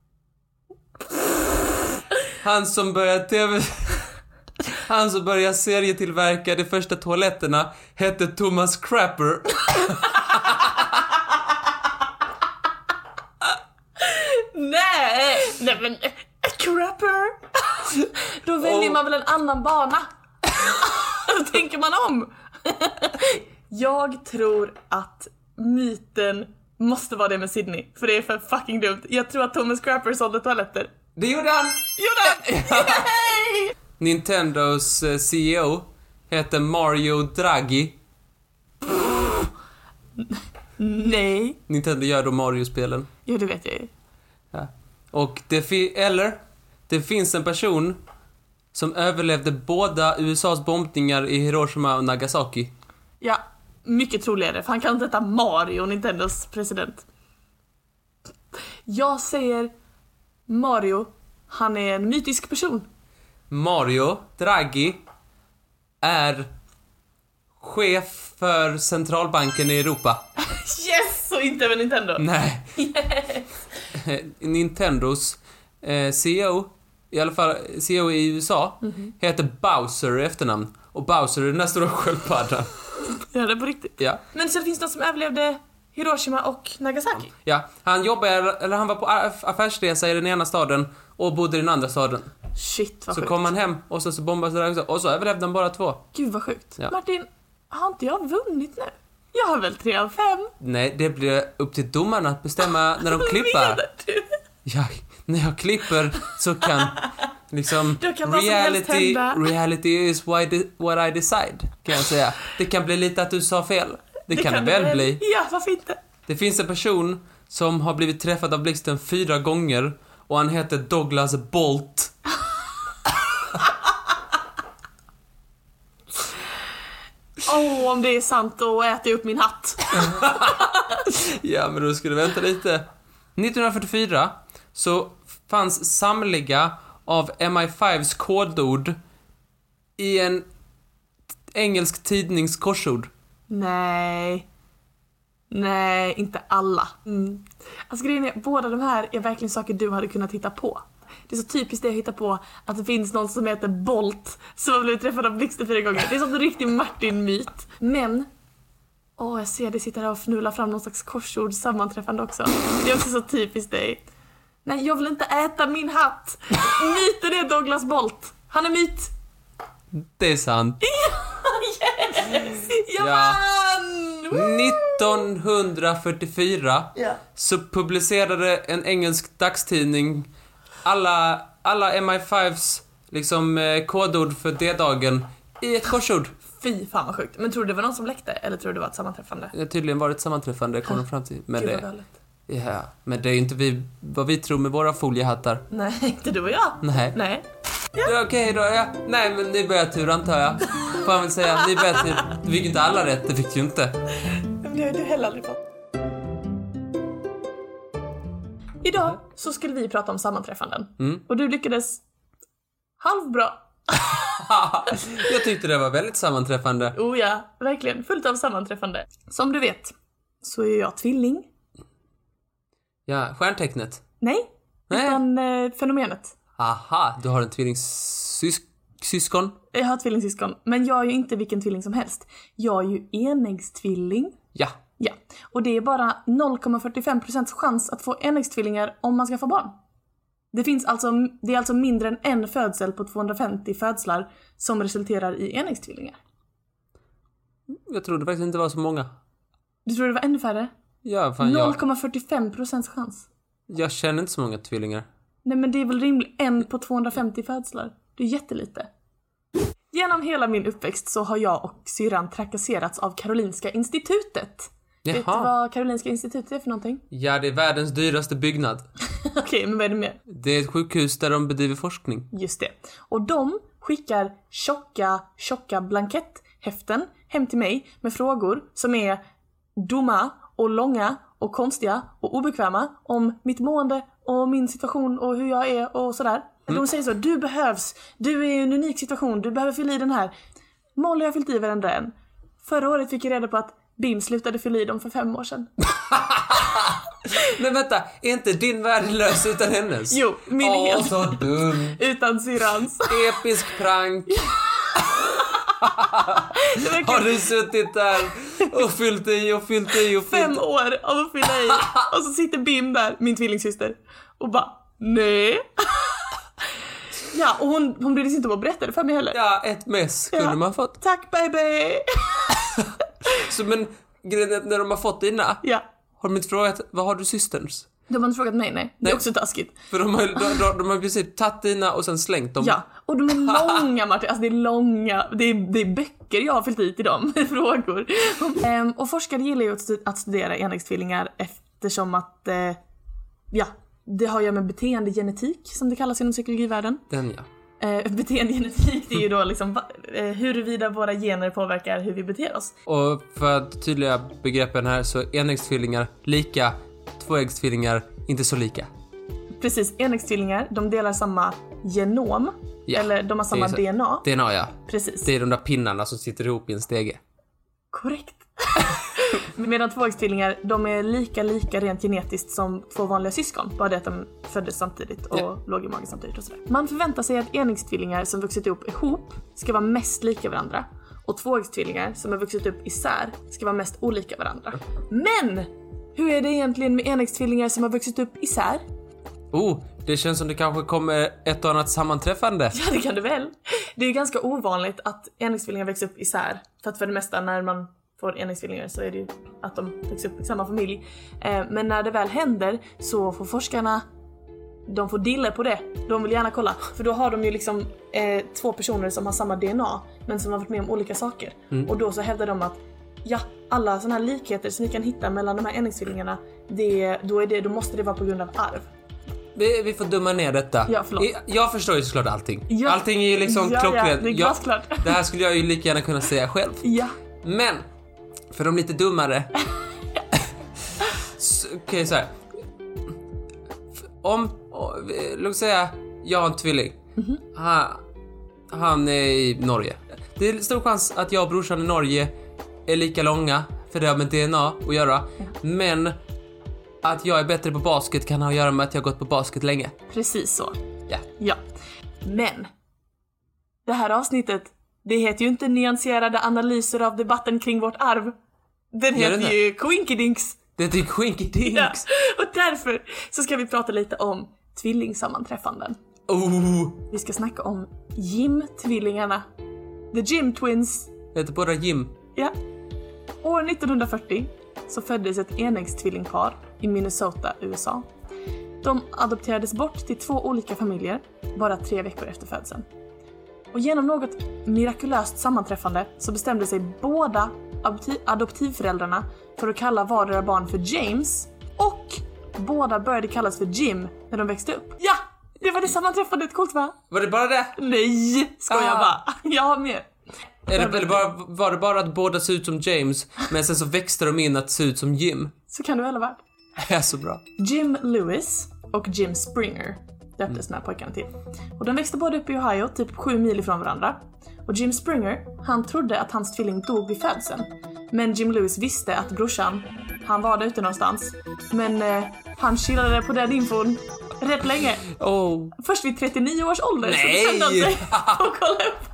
Han som började tv... Han som började serietillverka de första toaletterna hette Thomas Crapper. Nej, nej men Crapper. Då väljer oh. man väl en annan bana. Då tänker man om. Jag tror att myten måste vara det med Sydney, för det är för fucking dumt. Jag tror att Thomas Crapper sålde toaletter. Det gjorde han. Gjorde han? Yay! Nintendos C E O heter Mario Draghi. Nej. Nintendo gör då Mario-spelen. Jo, det vet jag ju. Ja. Och det fi- eller det finns en person som överlevde båda U S A:s bombningar i Hiroshima och Nagasaki. Ja, mycket troligare, för han kan inte heta Mario, Nintendos president. Jag säger Mario, han är en mytisk person. Mario Draghi är chef för centralbanken i Europa. Yes, och inte med Nintendo. Nej. Yes. Nintendos eh, C E O, i alla fall C E O i U S A, mm-hmm. heter Bowser i efternamn. Och Bowser är den där stora sköldpaddan. Ja, det är på riktigt. Ja. Men så det finns någon som överlevde Hiroshima och Nagasaki. Ja, han jobbade, eller han var på affärsresa i den ena staden och bodde i den andra staden. Shit, vad Så sjukt. kom han hem och så, så bombades det där också. Och så överlevde han bara två. Gud, vad sjukt. Ja. Martin, har inte jag vunnit nu? Jag har väl tre av fem? Nej, det blir upp till domarna att bestämma när de klipper. Vad menar du? Ja, när jag klipper så kan liksom Då kan vad som helst reality, hända. reality is what I, what I decide, kan jag säga. Det kan bli lite att du sa fel. Det, Det kan, kan det väl det väl. bli. Ja, varför inte? Det finns en person som har blivit träffad av blixten fyra gånger och han heter Douglas Bolt. Åh, oh, om det är sant, då äter jag upp min hatt. Ja, men då ska du vänta lite. nittonhundrafyrtiofyra så fanns samliga av M I fivs kodord i en engelsk tidnings korsord. Nej. Nej, inte alla. Mm. Alltså grejen är, båda de här är verkligen saker du hade kunnat hitta på. Det är så typiskt det jag hittar på att det finns någon som heter Bolt som har blivit träffad av blixten fyra gånger. Det är som en riktig Martin-myt. Men, åh jag ser det sitter här och fnular fram någon slags korsord sammanträffande också. Det är också så typiskt dig. Nej, jag vill inte äta min hatt. Myten är Douglas Bolt. Han är myt. Det är sant. Yes! Jag Ja. vann! nittonhundrafyrtiofyra Ja. så publicerade en engelsk dagstidning alla, alla M I fives liksom eh, kodord för D-dagen i ett korsord. Fy fan vad sjukt. Men tror du det var någon som läckte? Eller tror du det var ett sammanträffande? Det har tydligen varit ett sammanträffande, kom de fram till. Men Gud vad det, galet. ja, men det är inte vi, vad vi tror med våra foliehattar. Nej, inte du och jag. Nej. Nej. Ja, okej då, ja. Nej, men ni börjar tur antar jag. Får jag väl säga, ni börjar tur. Du fick inte alla rätt, det fick du inte. Det har du heller aldrig fått. Idag så skulle vi prata om sammanträffanden. Mm. Och du lyckades halvbra. Jag tyckte det var väldigt sammanträffande. Oh ja, verkligen. Fullt av sammanträffande. Som du vet så är jag tvilling. Ja, stjärntecknet. Nej, Nej. utan eh, fenomenet. Aha, du har en tvillingsyskon. Jag har tvillingsyskon, men jag är ju inte vilken tvilling som helst. Jag är ju enäggstvilling. Ja. Ja, och det är bara noll komma fyrtiofem procent chans att få enäggstvillingar om man ska få barn. Det finns alltså, det är alltså mindre än en födsel på tvåhundrafemtio födslar som resulterar i enäggstvillingar. Jag trodde faktiskt inte det var så många. Du tror det var ännu färre? Ja, fan noll jag, komma fyrtiofem procent chans. jag känner inte så många tvillingar. Nej, men det är väl rimligt en på tvåhundrafemtio födslar. Det är jättelite. Genom hela min uppväxt så har jag och syrran trakasserats av Karolinska institutet. Jaha. Vet du vad Karolinska institutet är för någonting? Ja, det är världens dyraste byggnad. Okej, okay, men vad är det mer? Det är ett sjukhus där de bedriver forskning. Just det. Och de skickar tjocka, tjocka blanketthäften hem till mig med frågor som är dumma och långa och konstiga och obekväma om mitt mående och min situation och hur jag är och sådär. Mm. De säger så, du behövs, du är i en unik situation, du behöver fylla i den här. Molly har fyllt i varenda en. Förra året fick jag reda på att Bim slutade fylla i dem för fem år sedan. Men vänta, är inte din värdelös utan hennes? Jo, min är Åh, helt så dum. utan syrrans. Episk prank. verkar... Har du suttit där och fyllt i och fyllt i och fyllt Fem år av att fylla i. Och så sitter Bim där, min tvillingsyster, och bara, nej. Ja, och hon, hon brydde sig inte om att berätta det för mig heller. Ja, ett mess kunde Ja. man fått. Tack baby. Så men grejen är att när de har fått dina, Ja. har de inte frågat, vad har du systerns? De har inte frågat mig, nej. Det är Nej. också taskigt. För de har, de, de, de har i princip tagit dina och sen slängt dem. Ja, och de är långa, Martin. Alltså det är långa, det är, det är böcker jag har fyllt i till dem med frågor. Ehm, och forskare gillar ju att stu- att studera enäggstvillingar eftersom att, eh, ja, det har ju med beteendegenetik som det kallas inom psykologivärlden. Den ja. Eh, beteendegenetik, det är ju då liksom va- eh, huruvida våra gener påverkar hur vi beter oss. Och för att tydliga begreppen här så är enäggstvillingar lika, tvåäggstvillingar inte så lika. Precis, enäggstvillingar, de delar samma genom, Ja, eller de har samma det är så- D N A. D N A ja. Precis. Det är de där pinnarna som sitter ihop i en stege. Korrekt. Medan tvåäggstvillingar, de är lika lika rent genetiskt som två vanliga syskon. Bara det att de föddes samtidigt och Ja. låg i magen samtidigt och sådär. Man förväntar sig att enäggstvillingar som vuxit upp ihop ska vara mest lika varandra. Och tvåäggstvillingar som har vuxit upp isär ska vara mest olika varandra. Men! Hur är det egentligen med enäggstvillingar som har vuxit upp isär? Oh, det känns som det kanske kommer ett och annat sammanträffande. Ja, det kan det väl. Det är ju ganska ovanligt att enäggstvillingar växer upp isär. För att för det mesta när man får enäggstvillingar så är det ju att de växer upp i samma familj. Eh, men när det väl händer så får forskarna, de får dilla på det. De vill gärna kolla. För då har de ju liksom eh, två personer som har samma D N A men som har varit med om olika saker. Mm. Och då så hävdar de att ja, alla såna här likheter som vi kan hitta mellan de här enäggstvillingarna, det, då, är det, då måste det vara på grund av arv. Vi, vi får dumma ner detta. Ja, förlåt. Jag, jag förstår ju såklart allting. Ja. Allting är ju liksom Ja, klockrent. ja, det är Jag- glasklart. det här skulle jag ju lika gärna kunna säga själv. Ja. Men, för de lite dummare. så, Okej, okay, så här. F- Om, o- vi- låt oss säga, jag har en tvilling. Mhm. han, han är i Norge. Det är stor chans att jag och brorsan i Norge är lika långa. för det har med D N A att göra. Ja. Men att jag är bättre på basket kan ha att göra med att jag har gått på basket länge. Precis så. Ja. Ja. Men det här avsnittet, det heter ju inte nyanserade analyser av debatten kring vårt arv. Den heter den ju Quinkydinks. Det heter ju Quinkydinks. Ja. Och därför så ska vi prata lite om tvillingsammanträffanden. Oh. Vi ska snacka om Jim-tvillingarna. The Jim Twins. Det heter båda Jim. Ja. År nittonhundrafyrtio så föddes ett enäggstvillingpar i Minnesota, U S A. De adopterades bort till två olika familjer bara tre veckor efter födseln. Och genom något mirakulöst sammanträffande så bestämde sig båda adoptiv- adoptivföräldrarna för att kalla vardera barn för James, och båda började kallas för Jim när de växte upp. Ja! Det var det sammanträffandet, coolt va? Var det bara det? Nej, ska jag bara. Jag har mer. Är det, eller bara, var det bara att båda ser ut som James, men sen så växte de in att se ut som Jim? Så kan du väl ha varit. Ja, så bra. Jim Lewis och Jim Springer döptes mm. den här pojkarna till. Och de växte båda upp i Ohio, typ sju mil ifrån varandra. Och Jim Springer, han trodde att hans tvilling dog vid födseln. Men Jim Lewis visste att brorsan, han var där ute någonstans. Men eh, han chillade på den infon rätt länge. Oh. Först vid trettionio års ålder. Nej! Så bestämde han sig och kolla upp.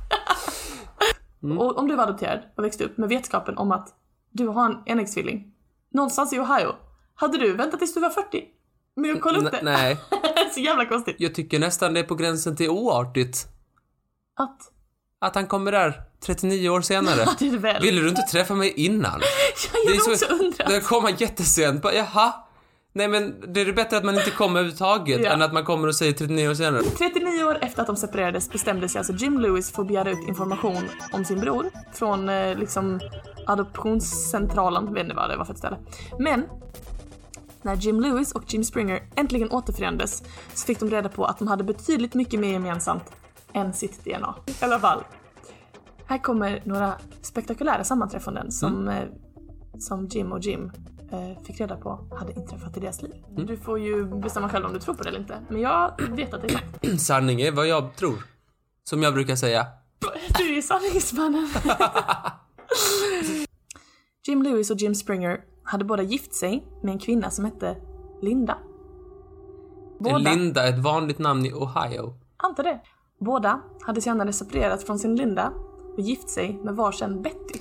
Mm. Och om du var adopterad och växte upp med vetskapen om att du har en enäggstvilling någonstans i Ohio, hade du väntat tills du var fyrtio med att kolla upp det? N- nej. Så jävla konstigt. Jag tycker nästan det är på gränsen till oartigt. Att? Att han kommer där trettionio år senare. Ja, det är det väl. Ville du inte träffa mig innan? Ja, jag har också undrat. Det kommer jättesent. Bara, jaha. Nej, men det är bättre att man inte kommer överhuvudtaget ja. än att man kommer och säger trettionio år senare. trettionio år efter att de separerades bestämde sig alltså Jim Lewis för att begära ut information om sin bror från eh, liksom adoptionscentralen, vet inte vad det var för ett ställe. Men när Jim Lewis och Jim Springer äntligen återförenades så fick de reda på att de hade betydligt mycket mer gemensamt än sitt D N A. I alla fall. Här kommer några spektakulära sammanträffanden som, mm. eh, som Jim och Jim eh, fick reda på hade inträffat i deras liv. Mm. Du får ju bestämma själv om du tror på det eller inte. Men jag vet att det är sant. Sanning är vad jag tror. Som jag brukar säga. Du är sanningsmannen. Jim Lewis och Jim Springer hade båda gift sig med en kvinna som hette Linda. Båda, är Linda ett vanligt namn i Ohio? Antar det. Båda hade senare separerat från sin Linda och gift sig med varsin Betty.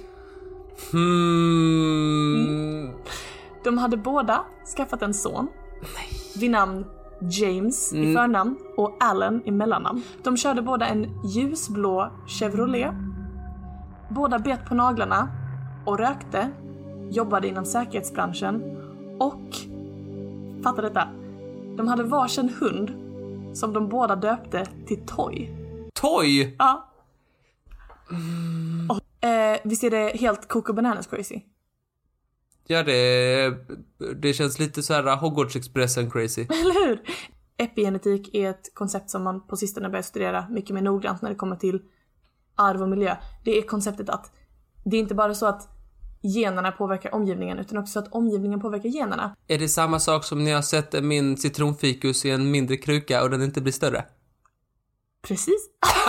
Hmm. Mm. De hade båda skaffat en son. Nej. Vid namn James mm. i förnamn och Allen i mellannamn. De körde båda en ljusblå Chevrolet. Båda bet på naglarna och rökte, jobbade inom säkerhetsbranschen och, fatta detta, de hade varsin hund som de båda döpte till Toy. Toy? Ja. Mm. Och, eh, visst är det helt Coco Bananas crazy? Ja, det, det känns lite så här Hogwarts-expressen crazy. Eller hur? Epigenetik är ett koncept som man på sistone börjar studera mycket mer noggrant när det kommer till arv och miljö. Det är konceptet att det är inte bara så att generna påverkar omgivningen utan också att omgivningen påverkar generna. Är det samma sak som när jag sätter min citronfikus i en mindre kruka och den inte blir större? Precis.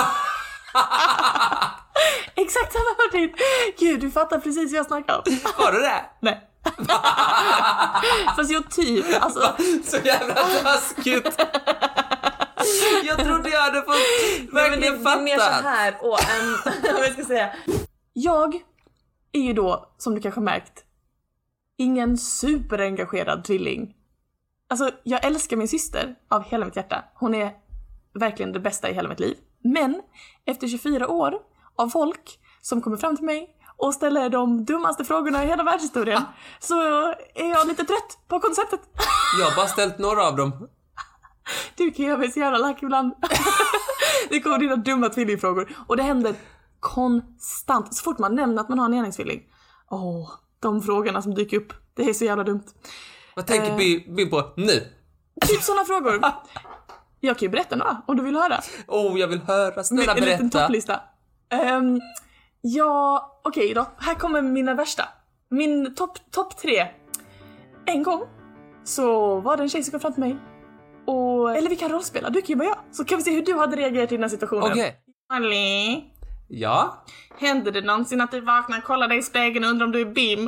Exakt samma partit. Gud, du fattar precis vad jag snackar om. Var det det? Nej. Fast jag typ, alltså. Så jävla taskigt. Jag trodde jag hade fått verkligen fatta. Det är mer så här, och en, vad jag ska säga. Jag är ju då, som du kanske märkt, ingen superengagerad tvilling. Alltså, jag älskar min syster av hela mitt hjärta. Hon är verkligen det bästa i hela mitt liv. Men efter tjugofyra år av folk som kommer fram till mig och ställer de dummaste frågorna i hela världshistorien så är jag lite trött på konceptet. Jag har bara ställt några av dem. Du kan göra mig så jävla lack ibland. Det kommer dina dumma tvillingfrågor. Och det händer konstant. Så fort man nämner att man har en enäggstvilling. Åh, oh, de frågorna som dyker upp. Det är så jävla dumt. Vad tänker eh, vi på nu? Typ sådana frågor. Jag kan ju berätta några om du vill höra. Åh, oh, jag vill höra. Snälla berätta. En liten topplista. Um, ja, okej okay då. Här kommer mina värsta. Min topp top tre. En gång så var det en tjej som kom fram till mig. Och, eller vi kan rollspela, du kan ju vara jag. Så kan vi se hur du hade reagerat i den här situationen. Okej. Okay. Ja. Hände det någonsin att du vaknar, kollar dig i spegeln och undrar om du är Bim?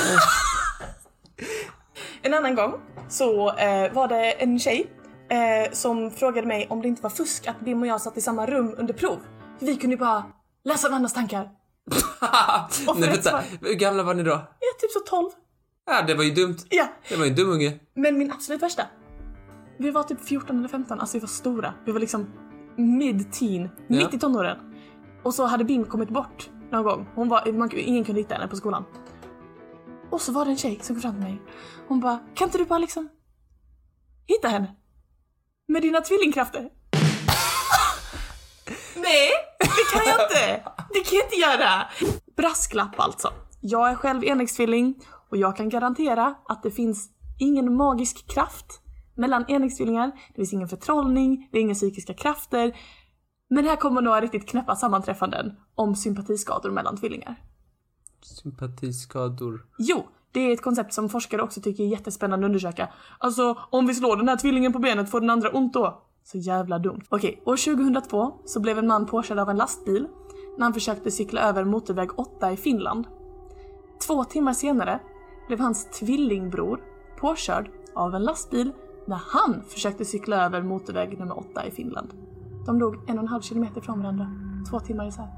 En annan gång så eh, var det en tjej eh, som frågade mig om det inte var fusk att Bim och jag satt i samma rum under prov. För vi kunde ju bara läsa varandras tankar. Nej, vänta. Hur gamla var ni då? Ja, typ så tolv. Ja, det var ju dumt. Ja. Det var ju en dum unge. Men min absolut värsta. Vi var typ fjorton eller femton, alltså vi var stora. Vi var liksom mid-teen, Ja. mitt i tonåren. Och så hade Bim kommit bort någon gång. Hon var, man, ingen kunde hitta henne på skolan. Och så var det en tjej som kom fram till mig. Hon bara, kan inte du bara liksom hitta henne? Med dina tvillingkrafter. Nej, det kan jag inte. Det kan jag inte göra. Brasklapp alltså. Jag är själv enäggstvilling och jag kan garantera att det finns ingen magisk kraft mellan enäggstvillingar. Det finns ingen förtrollning, det är inga psykiska krafter. Men här kommer några riktigt knäppa sammanträffanden om sympatiskador mellan tvillingar. Sympatiskador. Jo, det är ett koncept som forskare också tycker är jättespännande att undersöka. Alltså, om vi slår den här tvillingen på benet får den andra ont då. Så jävla dumt. Okej, år tjugohundratvå så blev en man påkörd av en lastbil när han försökte cykla över motorväg åtta i Finland. Två timmar senare blev hans tvillingbror påkörd av en lastbil när han försökte cykla över motorväg nummer åtta i Finland. De låg en och en halv kilometer från varandra. Två timmar isär.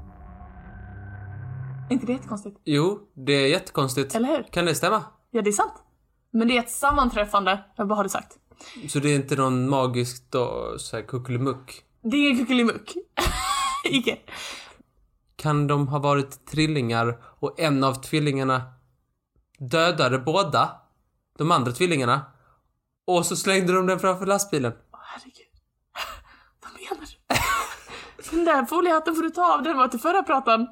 Är inte det jättekonstigt? Jo, det är jättekonstigt. Eller hur? Kan det stämma? Ja, det är sant. Men det är ett sammanträffande. Vad har du sagt? Så det är inte någon magisk då, så här kuckelimuck? Det är kuckelimuck. Icke. Kan de ha varit trillingar och en av tvillingarna dödade båda de andra tvillingarna och så slängde de den framför lastbilen? Åh, herregud. Vad menar du? Den där foliehatten får du ta av. Den var till förra pratan.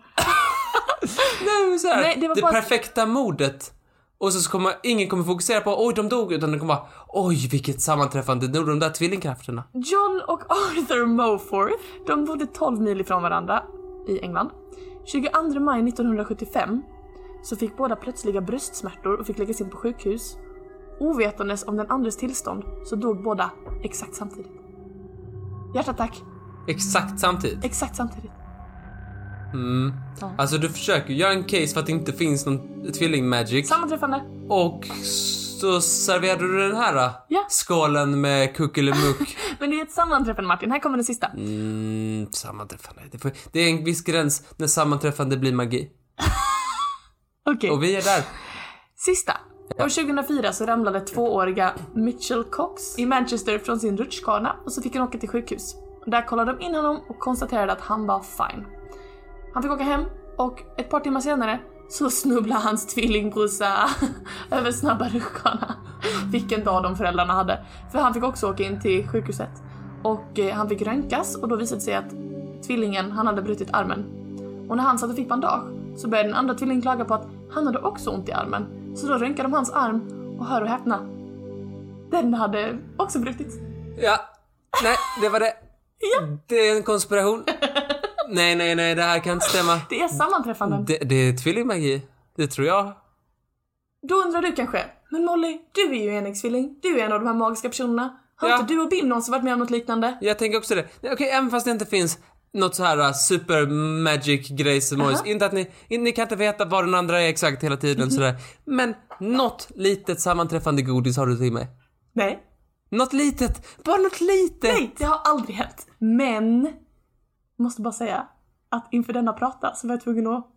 Nej, men så här, Nej, det var det bara... perfekta mordet. Och så kommer ingen kommer fokusera på oj, de dog, utan det kommer vara oj, vilket sammanträffande, nu de där tvillingkrafterna. John och Arthur Moforth, de bodde tolv mil ifrån varandra i England. tjugoandra maj nittonhundrasjuttiofem så fick båda plötsliga bröstsmärtor och fick läggas in på sjukhus. Ovetandes om den andres tillstånd så dog båda exakt samtidigt. Hjärtattack. Exakt samtidigt. Exakt samtidigt. Mm. Ja. Alltså du försöker göra en case för att det inte finns någon tvilling-magic. Sammanträffande. Och så serverar du den här Ja. skålen med kuckelimuck. Men det är ett sammanträffande, Martin. Här kommer den sista. Mm, sammanträffande. Det, får, det är en viss gräns när sammanträffande blir magi. Okej. Okay. Och vi är där. Sista. År tjugohundrafyra så ramlade tvååriga Mitchell Cox i Manchester från sin rutschkana och så fick han åka till sjukhus. Där kollade de in honom och konstaterade att han var fine. Han fick åka hem och ett par timmar senare så snubblade hans tvillingbrorsa över snabba rutschkana. Vilken dag de föräldrarna hade. För han fick också åka in till sjukhuset. Och eh, han fick röntgas och då visade det sig att tvillingen, han hade brutit armen. Och när han satt och fick bandage så började den andra tvillingen klaga på att han hade också ont i armen. Så då röntgade de hans arm och hör och häpna. Den hade också brutits. Ja, nej, det var det. Ja. Det är en konspiration. Nej, nej, nej, det här kan inte stämma. Det är sammanträffanden. Det, det är tvillingmagi. Det tror jag. Då undrar du kanske, men Molly, du är ju enäggstvilling. Du är en av de här magiska personerna. Har Ja. inte du och Bim någonsin varit med om något liknande? Jag tänker också det. Okej, okay, även fast det inte finns något så här uh, super magic grej som uh-huh. Inte att ni, ni kan inte veta vad den andra är exakt hela tiden mm-hmm. sådär. Men något litet sammanträffande godis har du till mig. Nej. Något litet, bara något litet. Nej, det har aldrig hänt. Men måste bara säga att inför denna prata så var jag tvungen att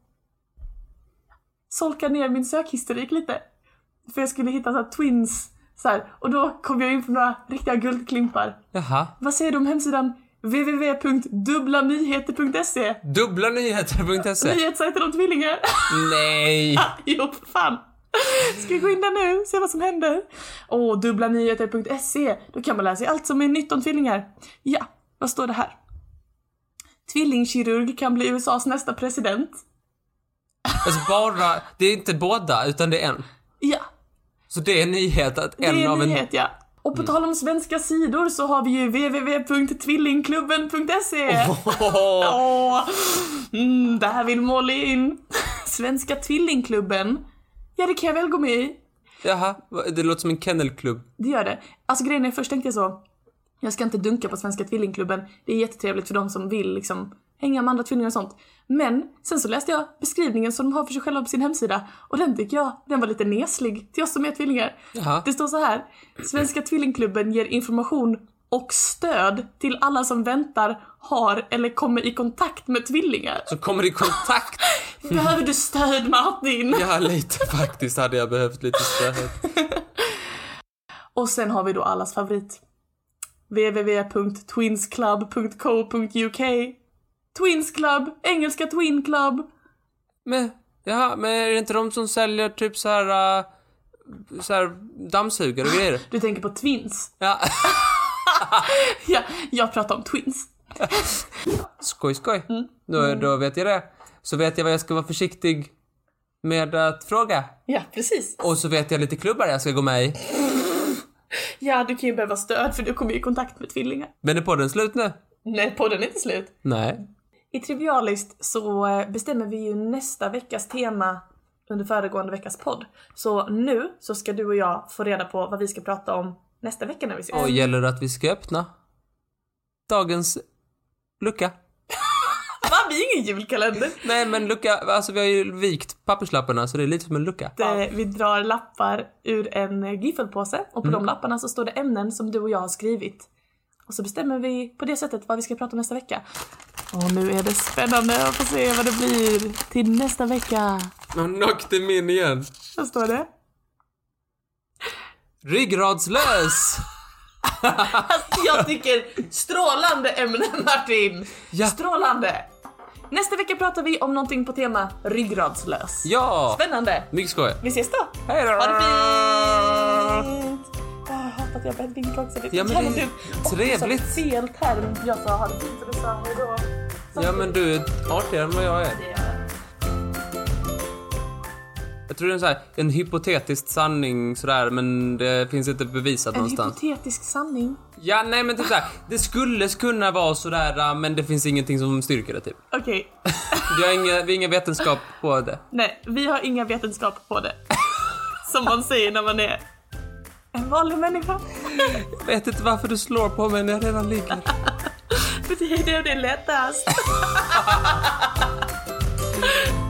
solka ner min sökhistorik lite. För jag skulle hitta så här twins så här, och då kom jag in på några riktiga guldklimpar. Jaha. Vad säger du om hemsidan w w w punkt dubblannyheter punkt se? Dubblannyheter punkt se. Nyhetssajten om tvillingar. Nej. Jo, för fan. Ska vi gå in där nu? Se vad som händer. Åh, dubblannyheter punkt se. Då kan man läsa allt som är nytt om tvillingar. Ja, vad står det här? Tvillingkirurg kan bli U S A:s nästa president. Alltså bara, det är inte båda utan det är en. Ja. Så det är en nyhet att en det är av en... nyhet, ja. Och på mm. tal om svenska sidor så har vi ju w w w punkt tvillingklubben punkt se. Oh. Oh. Mm, där vill Molly in. Svenska tvillingklubben. Ja, det kan jag väl gå med i. Jaha, det låter som en kennelklubb. Det gör det. Alltså grejen är, först tänkte jag så, jag ska inte dunka på Svenska tvillingklubben. Det är jättetrevligt för de som vill liksom hänga med andra tvillingar och sånt. Men sen så läste jag beskrivningen som de har för sig själva på sin hemsida. Och den tycker jag, den var lite neslig till oss som är tvillingar. Jaha. Det står så här: Svenska tvillingklubben ger information och stöd till alla som väntar, har eller kommer i kontakt med tvillingar. Så kommer i kontakt? Behöver du stöd, Martin? Ja, lite faktiskt hade jag behövt lite stöd. Och sen har vi då allas favorit. w w w punkt twinsclub punkt co punkt u k. Twins Club, engelska Twin Club. Men, ja, men är det inte de som säljer typ så här, uh, så här dammsugare och grejer? Du tänker på Twins? Ja. Ja, jag pratar om Twins. Skoj, skoj. Mm. Då, då vet jag det. Så vet jag vad jag ska vara försiktig med att fråga. Ja, precis. Och så vet jag lite klubbar jag ska gå med i. Ja, du kan ju behöva stöd för du kommer i kontakt med tvillingar. Men är podden slut nu? Nej, podden är inte slut. Nej. I Trivialist så bestämmer vi ju nästa veckas tema under föregående veckas podd. Så nu så ska du och jag få reda på vad vi ska prata om nästa vecka när vi ses. Och gäller det att vi ska öppna dagens lucka? Va? Vi är ingen julkalender. Nej, men lucka, alltså vi har ju vikt papperslapparna så det är lite som en lucka. Det, vi drar lappar ur en giffelpåse och på mm. de lapparna så står det ämnen som du och jag har skrivit. Och så bestämmer vi på det sättet vad vi ska prata om nästa vecka. Och nu är det spännande att få se vad det blir till nästa vecka. Man knockade min igen. Vad står det? Ryggradslös. Alltså, jag tycker strålande ämne, Martin. Ja. Strålande. Nästa vecka pratar vi om någonting på tema ryggradslös. Ja. Spännande. Mycket skoj. Vi ses då. Hej då. Ha det fint. Jag har hört att jag börjat vinka också. Ja, men det är trevligt. Och du sa fel term. Jag sa ha det fint och du sa hej då. Ja, men du är artigare än vad jag är. Jag tror det är en, så här, en hypotetisk sanning sådär, men det finns inte bevisat en någonstans. En hypotetisk sanning? Ja, nej men typ såhär, det skulle kunna vara sådär, men det finns ingenting som styrker det typ. Okej. Okay. Vi har inga, vi har inga vetenskap på det. Nej, vi har inga vetenskap på det. Som man säger när man är en vanlig människa. Jag vet inte varför du slår på mig när jag redan ligger. För det är det, det är lättast.